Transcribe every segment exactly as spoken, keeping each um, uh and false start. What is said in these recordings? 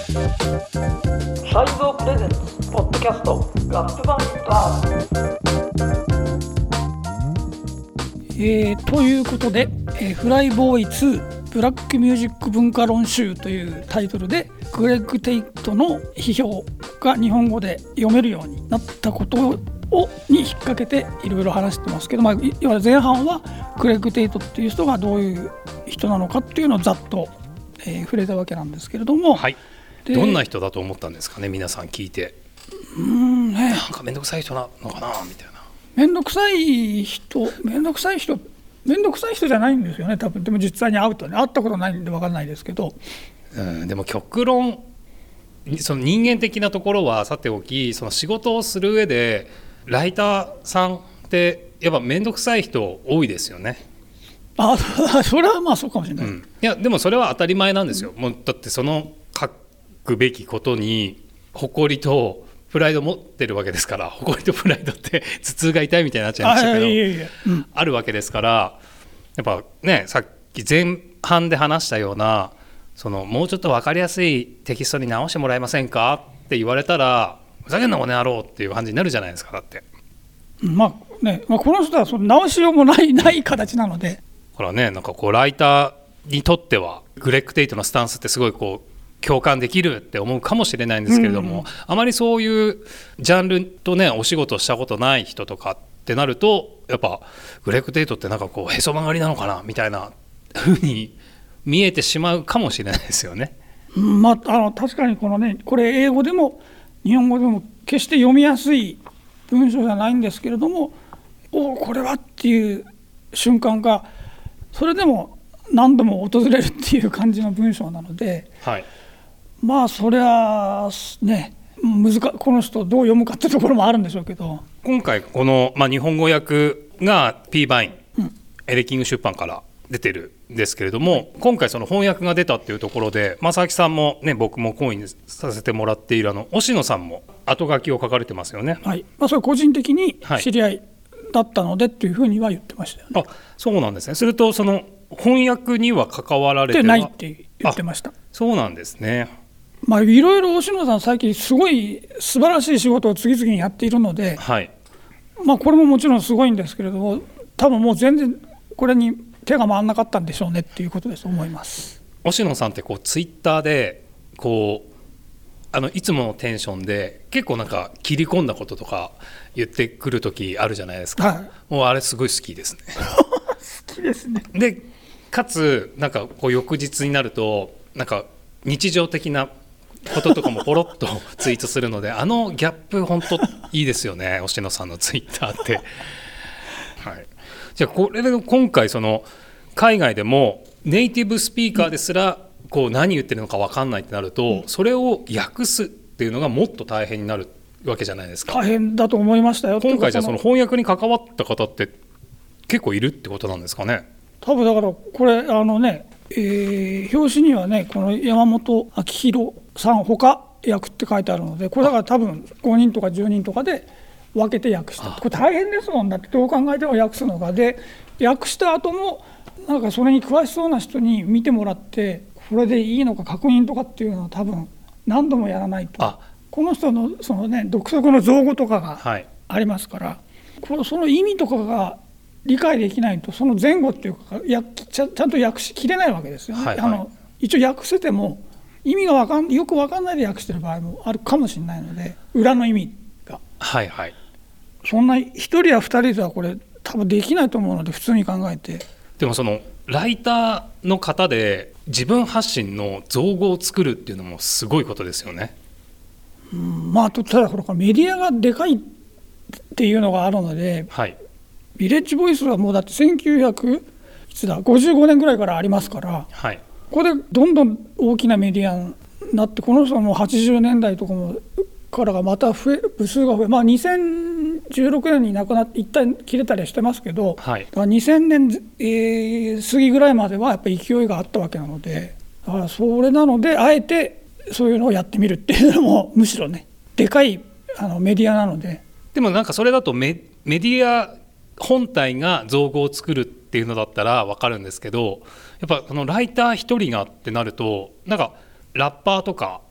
サイボープレゼンツポッドキャストラップバンダー、えー、ということで、えー、フライボーイツーブラックミュージック文化論集というタイトルでグレッグ・テイトの批評が日本語で読めるようになったことをに引っ掛けていろいろ話してますけど、まあ、いわゆる前半はグレッグ・テイトっていう人がどういう人なのかっていうのをざっと、えー、触れたわけなんですけれども、 はい、どんな人だと思ったんですかね、皆さん聞いて。 うーん、ね、 なんかめんどくさい人なのかなみたいな。 めんどくさい人めんどくさい人めんどくさい人じゃないんですよね、多分。でも実際に会うとね、会ったことないんで分からないですけど、 うん、でも極論その人間的なところはさておき、その仕事をする上でライターさんってやっぱめんどくさい人多いですよね。 あ、それはまあそうかもしれない、うん、 いやでもそれは当たり前なんですよ、うん、もうだってその書くべきことに誇りとプライド持ってるわけですから、誇りとプライドって頭痛が痛いみたいになっちゃいましたけど、 あ, いやいや、うん、あるわけですから、やっぱね、さっき前半で話したようなそのもうちょっと分かりやすいテキストに直してもらえませんかって言われたら、ふざけんなこの野郎っていう感じになるじゃないですか。だって、 まあね、まあ、この人はその直しようもない、ない形なので、 これはね、なんかこうライターにとってはグレッグ・テイトのスタンスってすごいこう共感できるって思うかもしれないんですけれども、うんうん、あまりそういうジャンルとねお仕事をしたことない人とかってなると、やっぱグレッグ・テイトってなんかこうへそ曲がりなのかなみたいな風に見えてしまうかもしれないですよね。 うん、まあ、あの確かにこのね、これ英語でも日本語でも決して読みやすい文章じゃないんですけれども、おこれはっていう瞬間がそれでも何度も訪れるっていう感じの文章なので、 はい、 まあそれはね、難この人どう読むかってところもあるんでしょうけど、 今回この、まあ、日本語訳が P バイン、うん、エレキング出版から出てるんですけれども、はい、今回その翻訳が出たっていうところで、正木さんもね、僕も講義させてもらっているあの押野さんも後書きを書かれてますよね。 はい、まあ、それ個人的に知り合いだったのでっていうふうには言ってましたよね。 あ、そうなんですね。するとその翻訳には関わられてはないって言ってました。 そうなんですね。 まあ、いろいろ押野さん最近すごい素晴らしい仕事を次々にやっているので、 はい、 まあ、これももちろんすごいんですけれども、多分もう全然これに手が回らなかったんでしょうねっていうことですと思います。 押野さんってこうツイッターでこうあのいつものテンションで結構なんか切り込んだこととか言ってくる時あるじゃないですか、はい、もうあれすごい好きですね好きですね。でかつなんかこう翌日になるとなんか日常的なこととかもポロッとツイートするので、あのギャップ本当いいですよね、押野さんのツイッターって、はい、じゃあこれで今回その海外でもネイティブスピーカーですらこう何言ってるのか分かんないってなると、それを訳すっていうのがもっと大変になるわけじゃないですか。 大変だと思いましたよ。 今回じゃあその翻訳に関わった方って結構いるってことなんですかね。 多分だからこれあのね、えー、表紙にはね、この山本明宏さん他訳って書いてあるので、これだから多分ごにんとかじゅうにんとかで分けて訳した。これ大変ですもん。だってどう考えても訳すのがで、訳した後もなんかそれに詳しそうな人に見てもらってこれでいいのか確認とかっていうのは多分何度もやらないと、あこの人のそのね独特の造語とかがありますから、はい、これその意味とかが理解できないとその前後っていうかやちゃ、ちゃんと訳しきれないわけですよね、はいはい、あの一応訳せても意味がわかんよく分かんないで訳してる場合もあるかもしれないので、裏の意味が、 はいはい、 そんなひとりやふたりではこれ多分できないと思うので、普通に考えて。 でもそのライターの方で自分発信の造語を作るっていうのもすごいことですよね。 うん、まあ、ただこれメディアがでかいっていうのがあるので、はい、ビレッジボイスはもうだってせんきゅうひゃくいつだごじゅうごねんぐらいからありますから、はい、ここでどんどん大きなメディアになって、この人もはちじゅうねんだいとかもからがまた増え部数が増え、まあ、にせんじゅうろくねんに亡くなって一旦切れたりはしてますけど、はい、だからにせんねん、えー、過ぎぐらいまではやっぱり勢いがあったわけなので、だからそれなのであえてそういうのをやってみるっていうのもむしろねでかいあのメディアなので。 でもなんかそれだと メ, メディア本体が造語を作るっていうのだったら分かるんですけど、やっぱそのライター一人がってなるとなんかラッパーとか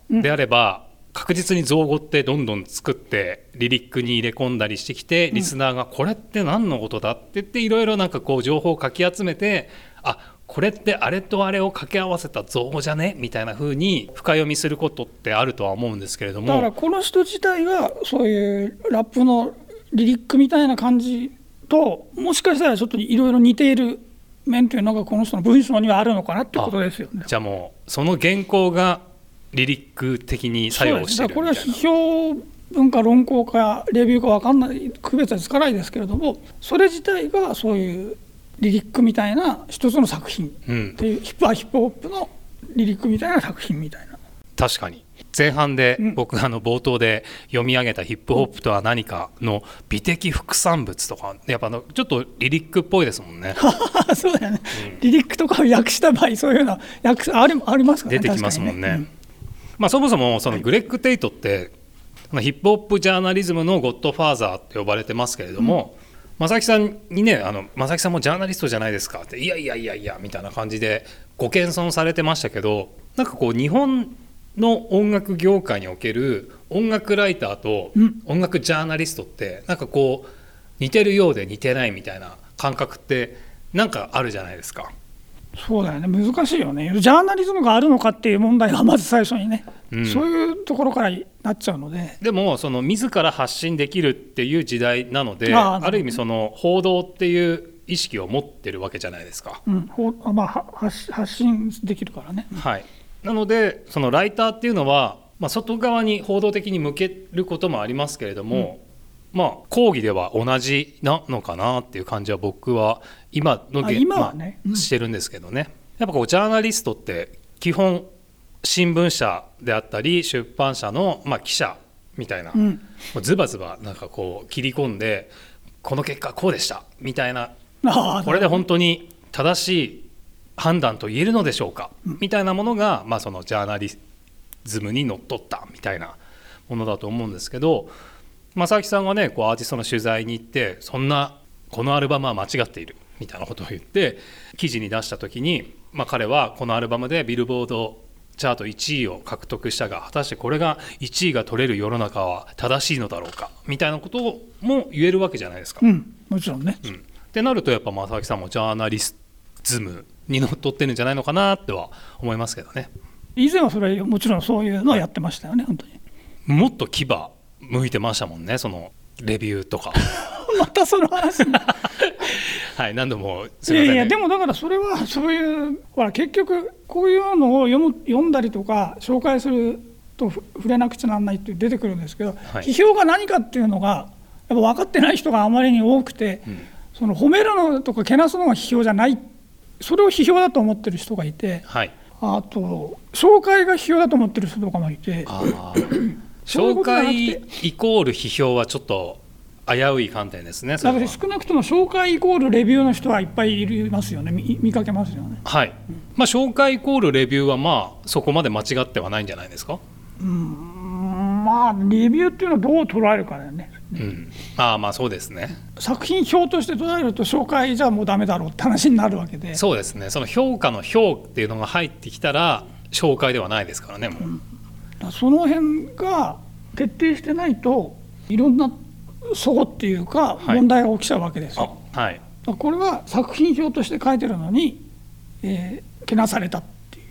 であれば、うん、確実に造語ってどんどん作ってリリックに入れ込んだりしてきて、リスナーがこれって何のことだって言っていろいろなんかこう情報をかき集めて、あ、これってあれとあれを掛け合わせた造語じゃねみたいな風に深読みすることってあるとは思うんですけれども、 だからこの人自体がそういうラップのリリックみたいな感じともしかしたらちょっといろいろ似ている面というのがこの人の文章にはあるのかなってことですよね。 じゃあもうその原稿がリリック的に作用してるみたいな。 これは批評文化論考かレビューか分かんない区別はつかないですけれども、それ自体がそういうリリックみたいな一つの作品っていう、うん、ヒップヒップホップのリリックみたいな作品みたいな。 確かに前半で僕があの冒頭で読み上げたヒップホップとは何かの美的副産物とかやっぱあのちょっとリリックっぽいですもんね。 そうだよね、うん、リリックとかを訳した場合そういうの訳あり、ありますからね。 出てきますもんね、うん、まあ、そもそもそのグレッグ・テイトって、はい、ヒップホップジャーナリズムのゴッドファーザーって呼ばれてますけれども、うん、正木さんにね、あの正木さんもジャーナリストじゃないですかって、いやいやいやいやみたいな感じでご謙遜されてましたけど、なんかこう日本の音楽業界における音楽ライターと音楽ジャーナリストってなんかこう似てるようで似てないみたいな感覚ってなんかあるじゃないですか。 そうだよね、難しいよね。ジャーナリズムがあるのかっていう問題がまず最初にね、うん、そういうところからなっちゃうので。でもその自ら発信できるっていう時代なので、 あ, ある意味その報道っていう意識を持ってるわけじゃないですか、うん、 まあ、発, 発信できるからね、 はい、なのでそのライターっていうのは、まあ、外側に報道的に向けることもありますけれども、うん、まあ講義では同じなのかなっていう感じは僕は今の現今はね、 まあ、してるんですけどね。やっぱこうジャーナリストって基本新聞社であったり出版社のまあ記者みたいな、うん、もうズバズバなんかこう切り込んでこの結果こうでしたみたいな、これで本当に正しい判断と言えるのでしょうか、うん、みたいなものが、まあ、そのジャーナリズムにのっとったみたいなものだと思うんですけど、正木さんがねこうアーティストの取材に行って、そんなこのアルバムは間違っているみたいなことを言って記事に出した時に、まあ、彼はこのアルバムでビルボードチャートいちいを獲得したが、果たしてこれがいちいが取れる世の中は正しいのだろうかみたいなことも言えるわけじゃないですか、 うん、もちろんね、うん、 ってなるとやっぱ正木さんもジャーナリズムにのっとってるんじゃないのかなっては思いますけどね。 以前はそれはもちろんそういうのはやってましたよね。本当にもっと牙向いてましたもんね、そのレビューとかまたその話はい、何度もすみませんね。 いやいやでもだからそれはそういうほら結局こういうのを読む読んだりとか紹介すると触れなくちゃならないって出てくるんですけど、はい、批評が何かっていうのがやっぱ分かってない人があまりに多くて、うん、その褒めるのとかけなすのが批評じゃない、それを批評だと思ってる人がいて、はい、あと紹介が批評だと思ってる人とかもいて、あ紹介イコール批評はちょっと危うい観点ですね。 だから少なくとも紹介イコールレビューの人はいっぱいいますよね。 見, 見かけますよね。 はい、うん、まあ、紹介イコールレビューはまあそこまで間違ってはないんじゃないですか。 うーん、まあレビューっていうのはどう捉えるかだよね、 うん、ああまあそうですね。 作品評として捉えると紹介じゃもうダメだろうって話になるわけで。 そうですね、その評価の評っていうのが入ってきたら紹介ではないですからね。もう、うん、だその辺が徹底してないといろんな齟齬っていうか問題が起きちゃうわけですよ、はい、これは作品表として書いてるのに、えー、けなされたっていう、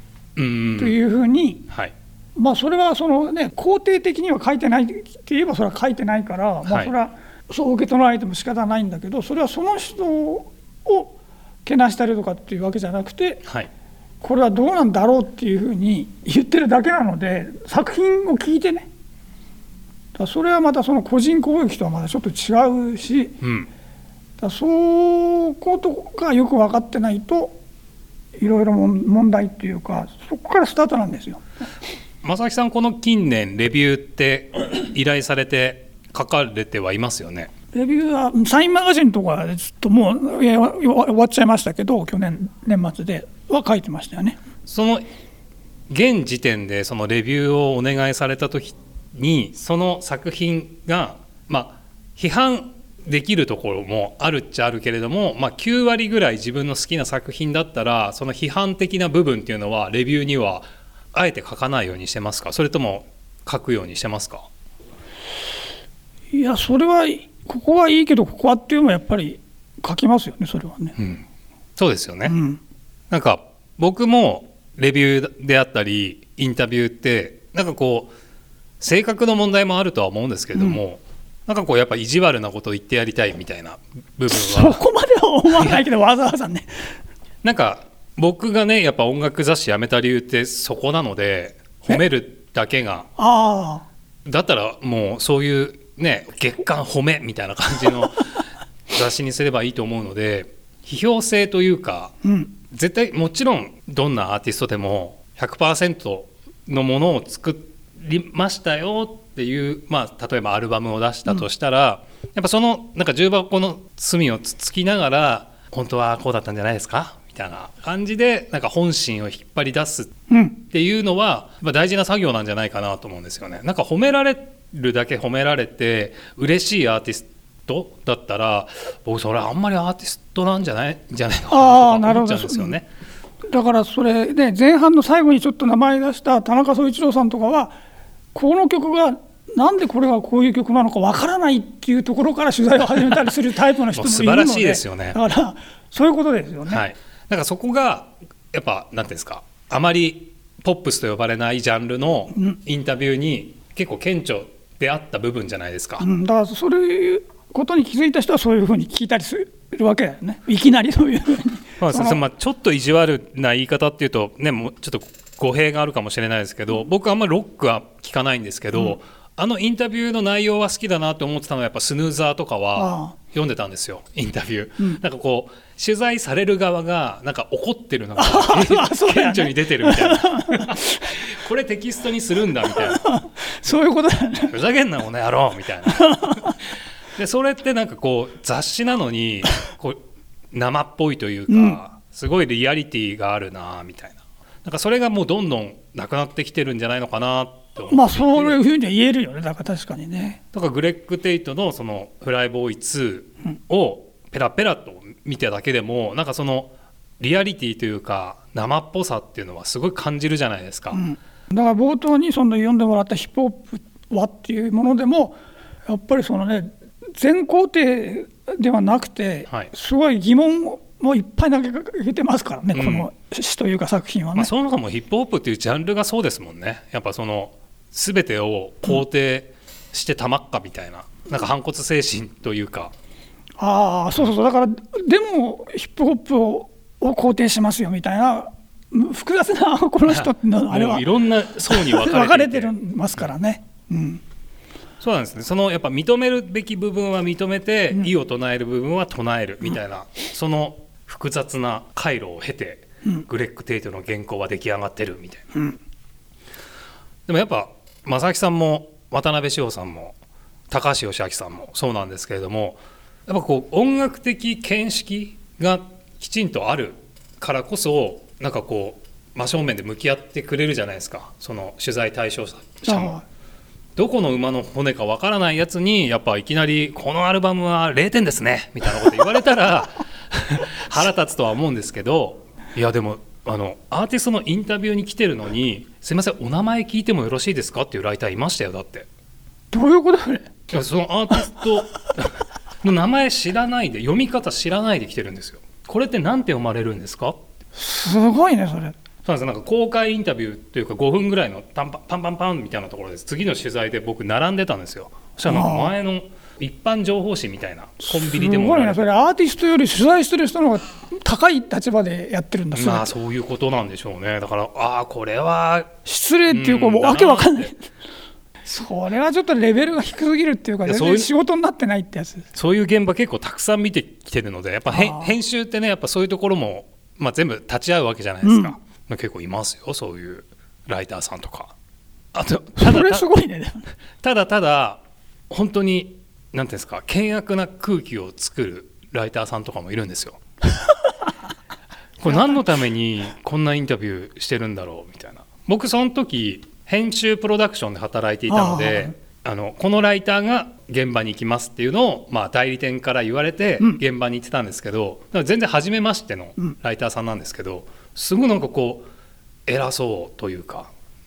うん、というふうに、はい、まあそれはそのね肯定的には書いてないって言えばそれは書いてないから、はい、まあ、それはそう受け取られても仕方ないんだけど、それはその人をけなしたりとかっていうわけじゃなくて、はい、これはどうなんだろうっていうふうに言ってるだけなので、作品を聞いてね、それはまたその個人攻撃とはまたちょっと違うし、うん、だそことがよく分かってないといろいろ問題っていうか、そこからスタートなんですよ。 正木さん、この近年レビューって依頼されて書かれてはいますよね。 レビューはサインマガジンとかでちょっともう終わっちゃいましたけど、去年年末では書いてましたよね。 その現時点でそのレビューをお願いされた時に、その作品が、まあ、批判できるところもあるっちゃあるけれども、まあ、きゅうわりぐらい自分の好きな作品だったらその批判的な部分っていうのはレビューにはあえて書かないようにしてますか、それとも書くようにしてますか？ いやそれはここはいいけどここはっていうのはやっぱり書きますよね、それはね、 うん、そうですよね、 うん、なんか僕もレビューであったりインタビューってなんかこう性格の問題もあるとは思うんですけれども、うん、なんかこうやっぱ意地悪なことを言ってやりたいみたいな部分はそこまでは思わないけどわざわざねなんか僕がねやっぱ音楽雑誌辞めた理由ってそこなので、褒めるだけがあだったらもうそういうね月刊褒めみたいな感じの雑誌にすればいいと思うので、批評性というか、うん、絶対もちろんどんなアーティストでも ひゃくパーセント のものを作りましたよっていう、まあ、例えばアルバムを出したとしたら、うん、やっぱそのなんか重箱の隅をつつきながら本当はこうだったんじゃないですかみたいな感じでなんか本心を引っ張り出すっていうのは、うん、大事な作業なんじゃないかなと思うんですよね。なんか褒められるだけ褒められて嬉しいアーティストだったら僕それあんまりアーティストなんじゃないじゃないのかなとか思っちゃうんですよね。 だからそれね、前半の最後にちょっと名前出した田中総一郎さんとかはこの曲がなんでこれがこういう曲なのかわからないっていうところから取材を始めたりするタイプの人もいるので素晴らしいですよね。 だからそういうことですよね、 はい、なんかそこがやっぱなんていうんですか、あまりポップスと呼ばれないジャンルのインタビューに結構顕著であった部分じゃないですか、うん、 だからそういうことに気づいた人はそういうふうに聞いたりするわけだよね、いきなりそういうふうにまあまあ、ちょっと意地悪な言い方っていうと、ね、もうちょっと語弊があるかもしれないですけど、僕はあんまりロックは聞かないんですけど、うん、あのインタビューの内容は好きだなと思ってたのはやっぱスヌーザーとかは読んでたんですよ、インタビュー、うん、なんかこう取材される側がなんか怒ってるのが顕著に出てるみたいなこれテキストにするんだみたいなそういうことだよね、 ふざけんなこの野郎みたいなでそれってなんかこう雑誌なのにこう生っぽいというか、うん、すごいリアリティがあるなみたいな、なんかそれがもうどんどんなくなってきてるんじゃないのかなって思って、 まあそういうふうには言えるよね。だから確かにね、 だからグレッグ・テイトのそのフライボーイツーをペラペラと見ただけでもなんかそのリアリティというか生っぽさっていうのはすごい感じるじゃないですか、うん、だから冒頭にその読んでもらったヒップホップはっていうものでもやっぱりそのね全肯定ではなくて、はい、すごい疑問もいっぱい投げかけてますからね、うん、この詩というか作品はね、 まあ、そもそもヒップホップっていうジャンルがそうですもんね。やっぱその全てを肯定してたまっかみたいな、うん、なんか反骨精神というか、 ああそうそうそう、だからでもヒップホップを肯定しますよみたいな複雑なこの人のあれはいろんな層に分かれていて分かれてますからね、うん、 そうなんですね。そのやっぱ認めるべき部分は認めて、うん、異を唱える部分は唱えるみたいな、うん、その複雑な回路を経て、うん、グレッグ・テイトの原稿は出来上がってるみたいな、うん、でもやっぱ正木さんも渡辺志保さんも高橋義明さんもそうなんですけれども、やっぱこう音楽的見識がきちんとあるからこそなんかこう真正面で向き合ってくれるじゃないですか、その取材対象者も。どこの馬の骨かわからないやつにやっぱいきなりこのアルバムはれいてんですねみたいなこと言われたら腹立つとは思うんですけど、いやでもあのアーティストのインタビューに来てるのにすいませんお名前聞いてもよろしいですかっていうライターいましたよ。だってどういうことだね。 いやそのアーティストの名前知らないで読み方知らないで来てるんですよ。これって何て読まれるんですか。 すごいねそれ。 そうなんです。なんか公開インタビューというかごふんぐらいのパンパンパンパンパンみたいなところです。次の取材で僕並んでたんですよ。そしたらなんか前の一般情報誌みたいなコンビニでもすごいねそれ。アーティストより取材してる人の方が高い立場でやってるんだ。 まあそういうことなんでしょうね。だからああこれは失礼っていうかもうわけわかんないそれはちょっとレベルが低すぎるっていうか全然仕事になってないってやつ。 そういう現場結構たくさん見てきてるのでやっぱ編集ってねやっぱそういうところも、まあ、全部立ち会うわけじゃないですか、うん、結構いますよそういうライターさんとか。あとただそれすごいね。 ただただ本当になんていうんですか険悪な空気を作るライターさんとかもいるんですよこれ何のためにこんなインタビューしてるんだろうみたいな。僕その時編集プロダクションで働いていたので あ, あのこのライターが現場に行きますっていうのを、まあ、代理店から言われて現場に行ってたんですけど、うん、全然初めましてのライターさんなんですけどすごいなんかこう偉そうというか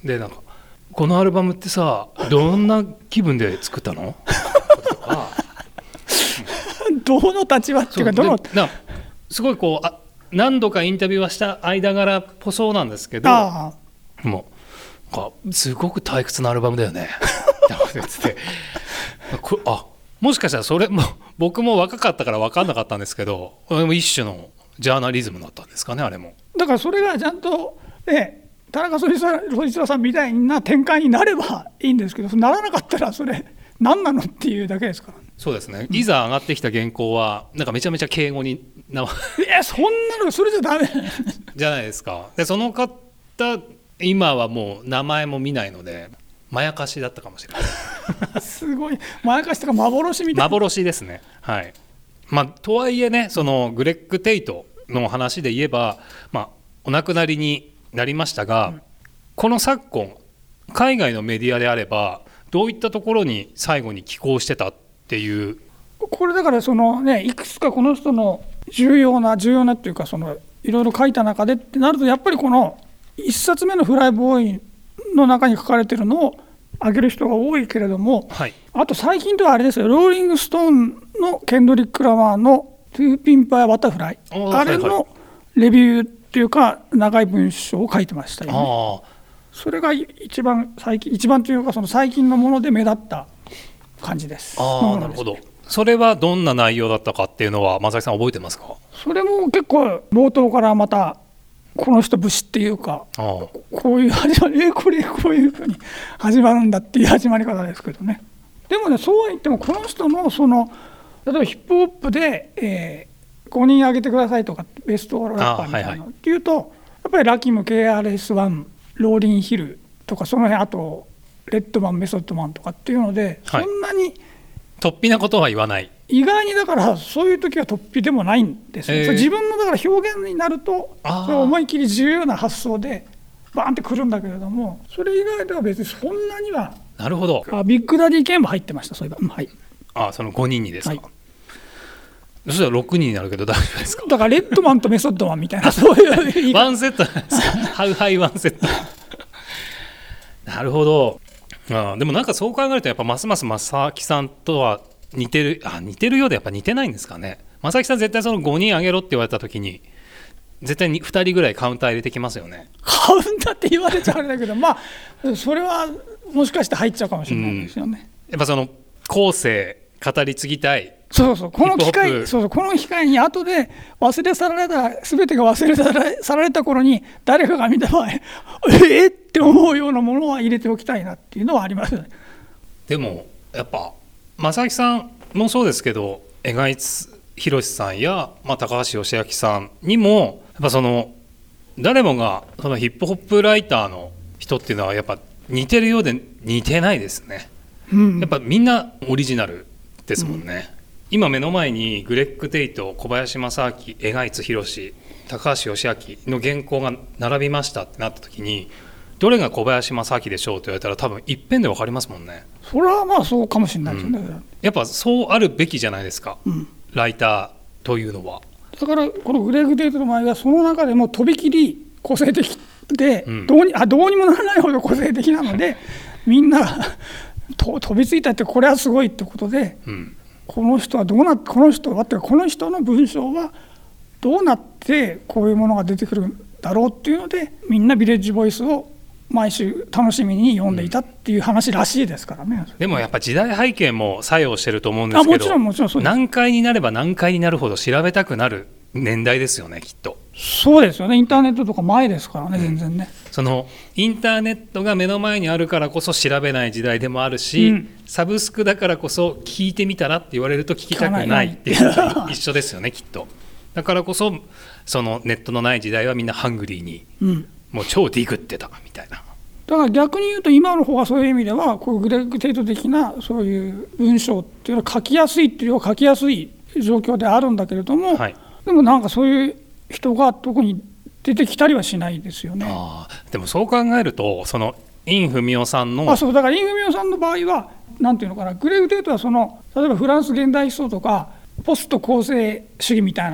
でなんかこのアルバムってさどんな気分で作ったのとかどの立場っていうかどのなすごいこうあ何度かインタビューはした間柄っぽそうなんですけどあもうなんかすごく退屈なアルバムだよねって言っててこあもしかしたらそれも僕も若かったから分かんなかったんですけど一種のジャーナリズムだったんですかねあれも。 だからそれがちゃんと、ね、田中総一郎さんみたいな展開になればいいんですけどならなかったらそれ何なのっていうだけですから。 そうですね、いざ上がってきた原稿はなんかめちゃめちゃ敬語になえそんなのそれじゃダメじゃないですか。でその方今はもう名前も見ないのでまやかしだったかもしれないすごいまやかしとか幻みたいな幻ですね。はい、まあ、とはいえねそのグレッグ・テイトの話で言えば、まあ、お亡くなりになりましたが、うん、この昨今海外のメディアであればどういったところに最後に寄稿してたっていう。 これだからその、ね、いくつかこの人の重要な重要なっていうかそのいろいろ書いた中でってなるとやっぱりこのいっさつめのフライボーイの中に書かれてるのを挙げる人が多いけれども、 はい、 あと最近ではあれですよローリングストーンのケンドリック・ラマーのトゥーピンパイ・バタフライ あ, あれのレビューっていうか長い文章を書いてましたよね。あそれが一番最近一番というかその最近のもので目立った感じです。 ああなるほど。それはどんな内容だったかっていうのは正木さん覚えてますか。 それも結構冒頭からまたこの人節っていうかこういう始まりえこれこういうふうに始まるんだっていう始まり方ですけどね。でもねそうは言ってもこの人のその例えばヒップホップで、えー、ごにん挙げてくださいとかベストラッパーみたいなのっていうと、はいはい、やっぱりラキム ケーアールエスワン ローリンヒルとかその辺あとレッドマンメソッドマンとかっていうので、はい、そんなに突飛なことは言わない。 意外にだからそういう時は突飛でもないんですね、えー、自分のだから表現になるとそれ思い切り自由な発想でバーンってくるんだけれどもそれ以外では別にそんなには。 なるほど。 あビッグダディ系も入ってましたそういえば、はい、 あそのごにんにですか、はい、そしたらろくにんになるけど大丈夫ですか。 だからレッドマンとメソッドマンみたいなそういうワンセットなんですかハウハイワンセットなるほど。あでもなんかそう考えるとやっぱますます正木さんとは似てるあ似てるようでやっぱ似てないんですかね。正木さん絶対そのごにんあげろって言われた時に絶対にふたりぐらいカウンター入れてきますよね。 カウンターって言われちゃあれだけどまあそれはもしかして入っちゃうかもしれないですよね、 うん、やっぱその後世語り継ぎたいそうそうこの機会そうそうこの機会に後で忘れ去られた全てが忘れ去られた頃に誰かが見た場合えーって思うようなものは入れておきたいなっていうのはありますよね。 でもやっぱ正木さんもそうですけど江賀宏さんや、まあ、高橋義明さんにもやっぱその誰もがそのヒップホップライターの人っていうのはやっぱ似てるようで似てないですね、うん、やっぱみんなオリジナルですもんね、うん、今目の前にグレッグ・テイト、小林正明、江賀宏、高橋義明の原稿が並びましたってなった時にどれが小林正明でしょうと言われたら多分一遍で分かりますもんね。 それはまあそうかもしれないですね、うん、 やっぱそうあるべきじゃないですか、うん、ライターというのは。だからこのグレッグ・テイトの場合はその中でもとびきり個性的で、うん、どうに、あ、どうにもならないほど個性的なのでみんなと飛びついたってこれはすごいってことで、うん、この人はどうなこの人はってこの人の文章はどうなってこういうものが出てくるんだろうっていうのでみんなビレッジボイスを毎週楽しみに読んでいたっていう話らしいですからね、うん、 でもやっぱ時代背景も作用してると思うんですけど、 あもちろんもちろんそうです。 難解になれば難解になるほど調べたくなる年代ですよねきっと。 そうですよね。インターネットとか前ですからね、うん、全然ね。 そのインターネットが目の前にあるからこそ調べない時代でもあるし、うん、サブスクだからこそ聞いてみたらって言われると聞きたくないっていうのと一緒ですよねきっと。だからこそそのネットのない時代はみんなハングリーに、うん、もう超ディグってたみたいな。 だから逆に言うと今の方がそういう意味ではこうグレッグ・テイト的なそういう文章っていうのは書きやすいっていうのは書きやすい状況であるんだけれども、はい、でもなんかそういう人が特に出てきたりはしないですよね。 あでもそう考えるとそのイン・フミオさんのあそうだからイン・フミオさんの場合はなんていうのかなグレッグ・テイトはその例えばフランス現代思想とかポスト構成主義みたいなのが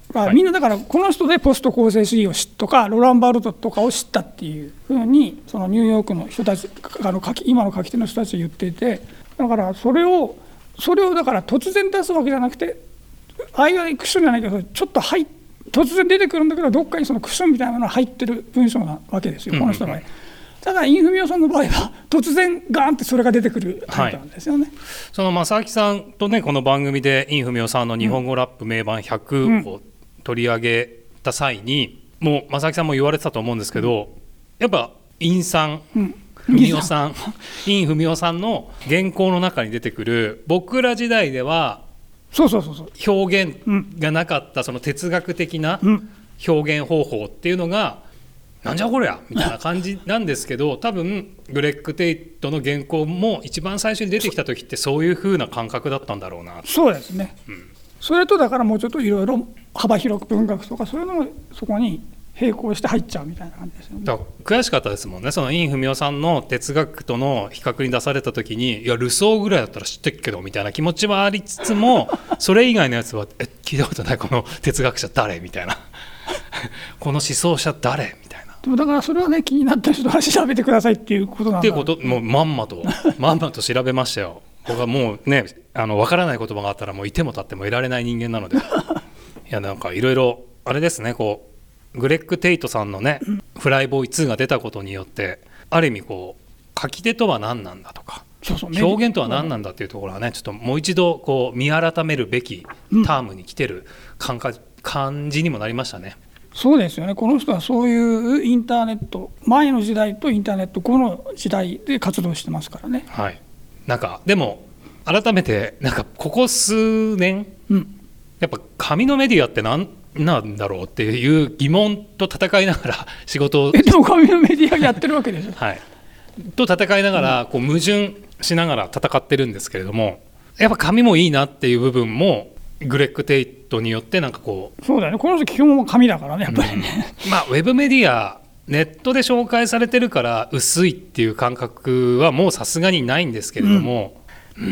はい、 みんなだからこの人でポスト構成主義を知っとかロランバルトとかを知ったっていうふうにそのニューヨークの人たちあの書き今の書き手の人たちは言っていて、だからそれをそれをだから突然出すわけじゃなくて間にクッションじゃないけどちょっと入突然出てくるんだけどどっかにそのクッションみたいなのが入ってる文章なわけですよこの人の場合。ただインフミオさんの場合は突然ガーンってそれが出てくるタイプなんですよね、はい、 その正明さんとねこの番組でインフミオさんの日本語ラップ名盤ひゃくを取り上げた際に、うん、もう正明さんも言われてたと思うんですけど、うん、やっぱインさん、うんふみおさんインふみおさんの原稿の中に出てくる僕ら時代では表現がなかったその哲学的な表現方法っていうのがなんじゃこりゃみたいな感じなんですけど多分グレッグ・テイトの原稿も一番最初に出てきた時ってそういう風な感覚だったんだろうな。 そうですね、うん、それとだからもうちょっといろいろ幅広く文学とかそういうのもそこに並行して入っちゃうみたいな感じですよね。 だから悔しかったですもんねそのイン・フミオさんの哲学との比較に出された時にいやルソーぐらいだったら知ってるけどみたいな気持ちはありつつもそれ以外のやつはえ聞いたことないこの哲学者誰みたいなこの思想者誰みたいな。 でもだからそれはね気になった人は調べてくださいっていうことなんだっていうこともうまんまとまんまと調べましたよ。僕はもうねあの分からない言葉があったらもういても立ってもいられない人間なのでいやなんかいろいろあれですねこうグレッグ・テイトさんのね、うん、フライボーイツーが出たことによってある意味こう書き手とは何なんだとかそうそう表現とは何なんだっていうところはねちょっともう一度こう見改めるべきタームに来てる感覚、うん、感じにもなりましたね。 そうですよねこの人はそういうインターネット前の時代とインターネット後の時代で活動してますからね。 はい、なんかでも改めてなんかここ数年、うん、やっぱ紙のメディアって何なんだろうっていう疑問と戦いながら仕事をえでも紙のメディアやってるわけですよ、 はい、と戦いながらこう矛盾しながら戦ってるんですけれどもやっぱ紙もいいなっていう部分もグレッグ・テイトによってなんかこうそうだよねこの人基本は紙だからねやっぱりね、 うん、まあウェブメディアネットで紹介されてるから薄いっていう感覚はもうさすがにないんですけれども、うん、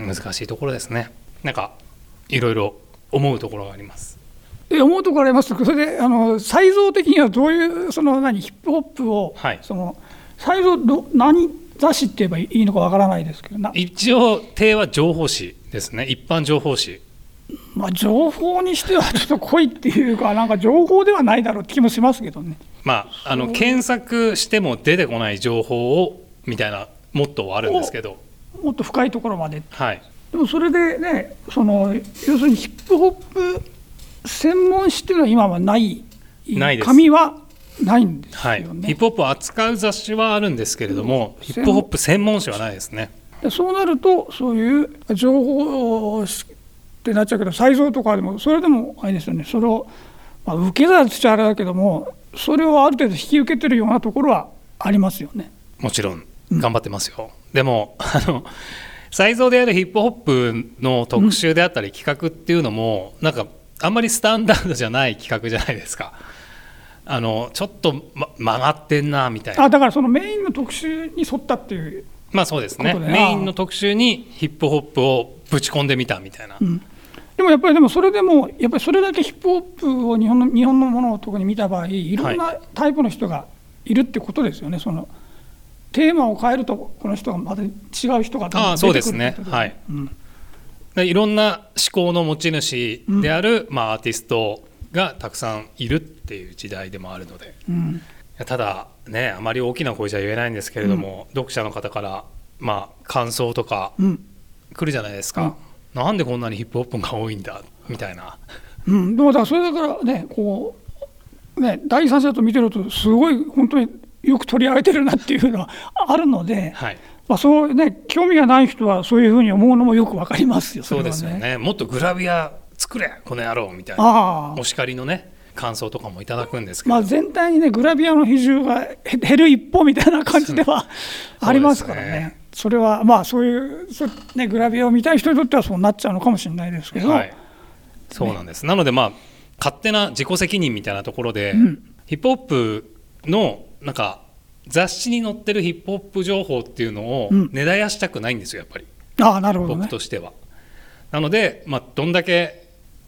うん難しいところですね。なんかいろいろ思うところがあります。 え思うところありますそれであのサイズ的にはどういうその何ヒップホップを、はい、そのサイズど何雑誌って言えばいいのかわからないですけどな一応定は情報誌ですね一般情報誌。 まあ、情報にしてはちょっと濃いっていうかなんか情報ではないだろうって気もしますけどね。 まあ、あの検索しても出てこない情報をみたいなモットーはあるんですけどもっと深いところまで、 はい、 でもそれでねその要するにヒップホップ専門誌っていうのは今はないないです紙はないんですよね、はい、ヒップホップを扱う雑誌はあるんですけれども、うん、ヒップホップ専門誌はないですね。 そうなるとそういう情報をってなっちゃうけどサイズとかでもそれでもあれですよねそれを、まあ、受け皿としてあれだけどもそれをある程度引き受けてるようなところはありますよね。 もちろん頑張ってますよ、うん、でもあのサイズであるヒップホップの特集であったり企画っていうのも、うん、なんかあんまりスタンダードじゃない企画じゃないですか。あのちょっと、ま、曲がってんなみたいな。 あだからそのメインの特集に沿ったっていうまあそうですねメインの特集にヒップホップをぶち込んでみたみたいな、うんでもやっぱりでもそれでもやっぱりそれだけヒップホップを日本の日本のものを特に見た場合いろんなタイプの人がいるってことですよね、はい、そのテーマを変えるとこの人がまた違う人が出てくるってことで。 あそうですね、はいうん、でいろんな思考の持ち主である、うんまあ、アーティストがたくさんいるっていう時代でもあるので、うん、ただねあまり大きな声じゃ言えないんですけれども、うん、読者の方から、まあ、感想とか来るじゃないですか、うんなんでこんなにヒップホップが多いんだみたいな、 うん、でもだからそれだからねこうね第三者と見てるとすごい本当によく取り上げてるなっていうのはあるので、はいまあそうね、興味がない人はそういうふうに思うのもよく分かりますよ。 そ, れは、ね、そうですよね。もっとグラビア作れこの野郎みたいなお叱りのね感想とかもいただくんですけど、 まあ、全体にねグラビアの比重が減る一方みたいな感じではありますからね。それはまあそういうそ、ね、グラビアを見たい人にとってはそうなっちゃうのかもしれないですけど、はい、 そうなんです、ね、なのでまあ勝手な自己責任みたいなところで、うん、ヒップホップのなんか雑誌に載ってるヒップホップ情報っていうのを根絶やしたくないんですよやっぱり、 うん、ああなるほどね、 僕としては。なので、まあ、どんだけ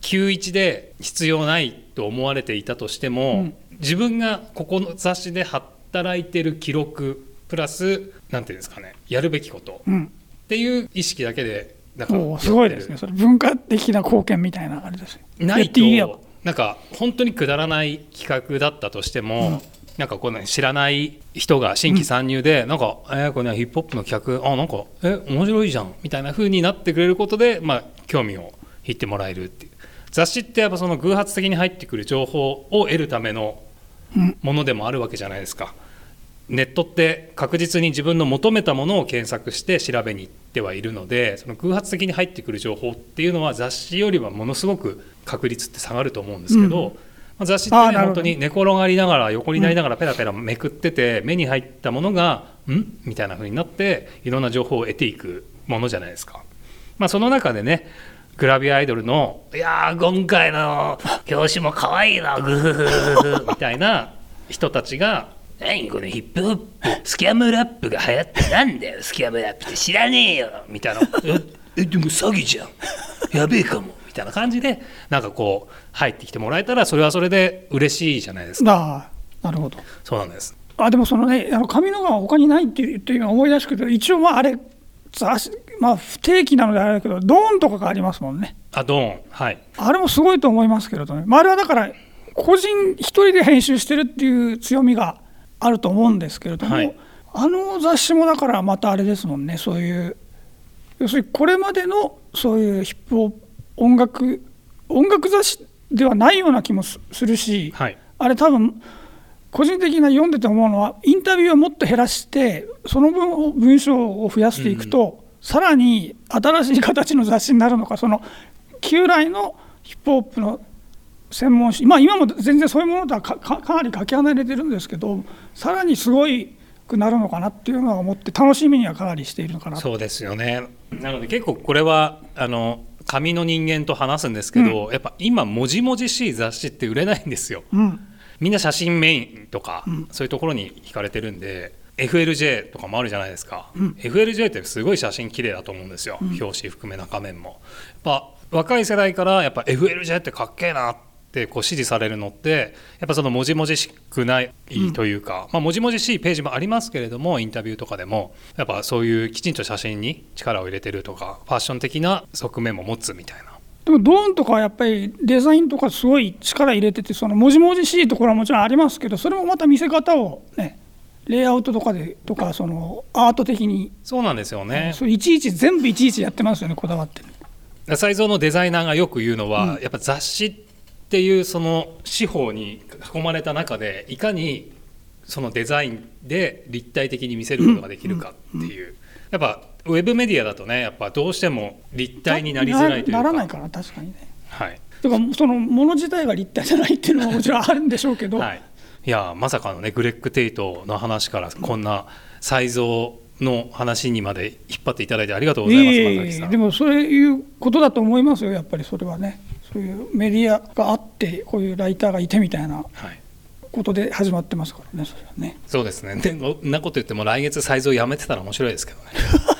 きゅういちで必要ないと思われていたとしても、うん、自分がここの雑誌で働いてる記録プラスなんていうんですかね、やるべきこと、うん、っていう意識だけでだからおすごいですね。それ文化的な貢献みたいなあれですね。 ないとなんか本当にくだらない企画だったとしても、うん、なんかこの知らない人が新規参入で、うん、なんか、えー、これ、ね、ヒップホップの企画あなんかえ面白いじゃんみたいな風になってくれることで、まあ、興味を引いてもらえるっていう。雑誌ってやっぱその偶発的に入ってくる情報を得るためのものでもあるわけじゃないですか。ネットって確実に自分の求めたものを検索して調べに行ってはいるので、その偶発的に入ってくる情報っていうのは雑誌よりはものすごく確率って下がると思うんですけど、うんまあ、雑誌ってね本当に寝転がりながら横になりながらペラペラめくってて、目に入ったものがんみたいな風になっていろんな情報を得ていくものじゃないですか。まあ、その中でねグラビアアイドルのいやー今回の表紙も可愛いなグフフフフみたいな人たちが何このヒップホップスキャムラップが流行ってなんだよスキャムラップって知らねえよみたいなえ, えでも詐欺じゃんやべえかもみたいな感じでなんかこう入ってきてもらえたらそれはそれで嬉しいじゃないですか。 あなるほど。 そうなんです。 あでもそのねあの上のが他にないって言って今思い出したけど一応まああれまあ不定期なのであれだけどドーンとかがありますもんね。 あドーンはいあれもすごいと思いますけれどね、まあ、あれはだから個人一人で編集してるっていう強みがあると思うんですけれども、はい、あの雑誌もだからまたあれですもんね、そういう要するにこれまでのそういうヒップホップ音楽音楽雑誌ではないような気もするし、はい、あれ多分個人的な読んでて思うのはインタビューをもっと減らしてその分文章を増やしていくと、うん、さらに新しい形の雑誌になるのか、その旧来のヒップホップの専門誌、まあ、今も全然そういうものとは か, か, かなりかけ離れてるんですけどさらにすごいくなるのかなっていうのは思って楽しみにはかなりしているのかな。 そうですよね。なので結構これはあの紙の人間と話すんですけど、うん、やっぱ今もじもじしい雑誌って売れないんですよ、うん、みんな写真メインとか、うん、そういうところに惹かれてるんで エフエルジェー とかもあるじゃないですか、うん、エフエルジェー ってすごい写真綺麗だと思うんですよ、うん、表紙含め中面もやっぱ若い世代からやっぱ エフエルジェー ってかっけえなってこう支持されるのってやっぱそのもじもじしくないというか、うんまあ、もじもじしいページもありますけれどもインタビューとかでもやっぱそういうきちんと写真に力を入れてるとかファッション的な側面も持つみたいな。 でもドーンとかはやっぱりデザインとかすごい力入れててそのもじもじしいところはもちろんありますけどそれもまた見せ方をねレイアウトとかでとかそのアート的にそうなんですよね。 それいちいち全部いちいちやってますよねこだわってる。 サイゾーのデザイナーがよく言うのは、うん、やっぱ雑誌っていうその手法に囲まれた中でいかにそのデザインで立体的に見せることができるかっていう、うんうんうん、やっぱウェブメディアだとねやっぱどうしても立体になりづらいというかな, ならないかな確かにね、 はい、 だからそのもの自体が立体じゃないっていうのはもちろんあるんでしょうけど、 はい、いやまさかのねグレッグ・テイトの話からこんな才蔵の話にまで引っ張っていただいてありがとうございます。 いいでもそういうことだと思いますよやっぱりそれはね。そういうメディアがあってこういうライターがいてみたいなことで始まってますからね。それはねそうですね。でこんなこと言っても来月才蔵やめてたら面白いですけどね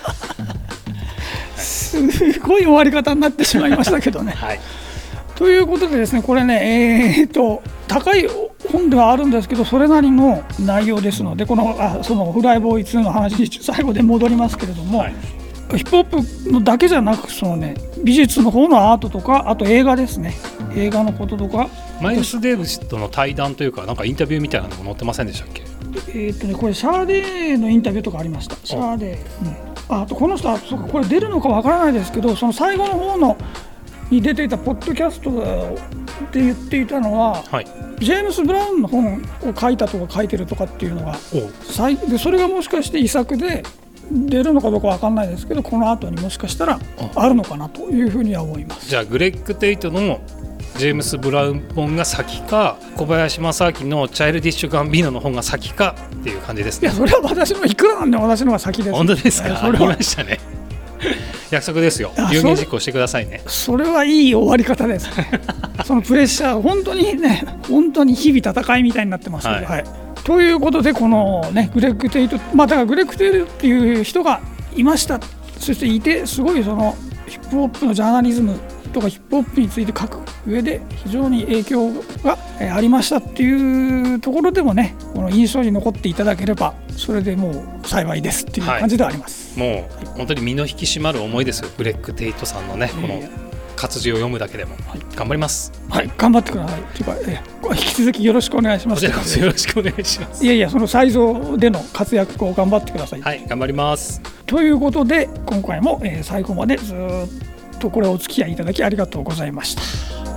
すごい終わり方になってしまいましたけどね、はい、ということでですねこれね、えー、と高い本ではあるんですけどそれなりの内容ですのでこのあそのフライボーイツーの話に最後で戻りますけれども、はい、ヒップホップのだけじゃなくその、ね、美術の方のアートとかあと映画ですね映画のこととかマイルス・デイビスとの対談というかなんかインタビューみたいなのも載ってませんでしたっけ。 えーとね、これシャーデーのインタビューとかありました。シャーデー、うん、あとこの人はそうかこれ出るのかわからないですけどその最後の方のに出ていたポッドキャストで言っていたのは、はい、ジェームス・ブラウンの本を書いたとか書いてるとかっていうのがでそれがもしかして遺作で出るのかどうか分かんないですけどこの後にもしかしたらあるのかなというふうには思います。 じゃあグレッグ・テイトのジェームス・ブラウン本が先か小林正明のチャイルディッシュ・ガンビーノの本が先かっていう感じですね。 いやそれは私のいくらなんで私のが先です。 本当ですか。それはありましたね約束ですよ。有言実行してくださいね。 それはいい終わり方ですねそのプレッシャー本当にね本当に日々戦いみたいになってますけど、はいはい、ということでこのねグレッグ・テイトまあだからグレッグ・テイトっていう人がいました。そしていてすごいそのヒップホップのジャーナリズムとかヒップホップについて書く上で非常に影響がありましたっていうところでもね、この印象に残っていただければそれでもう幸いですっていう感じではあります、 はい、もう本当に身の引き締まる思いですよ。グレッグ・テイトさんのね、この活字を読むだけでも、はい、頑張ります。 はい、頑張ってください。というか、え引き続きよろしくお願いします。 こちらこそよろしくお願いします。 いやいや、その才蔵での活躍を頑張ってください。 はい、頑張ります。 ということで今回も、えー、最後までずっとこれお付き合いいただきありがとうございました。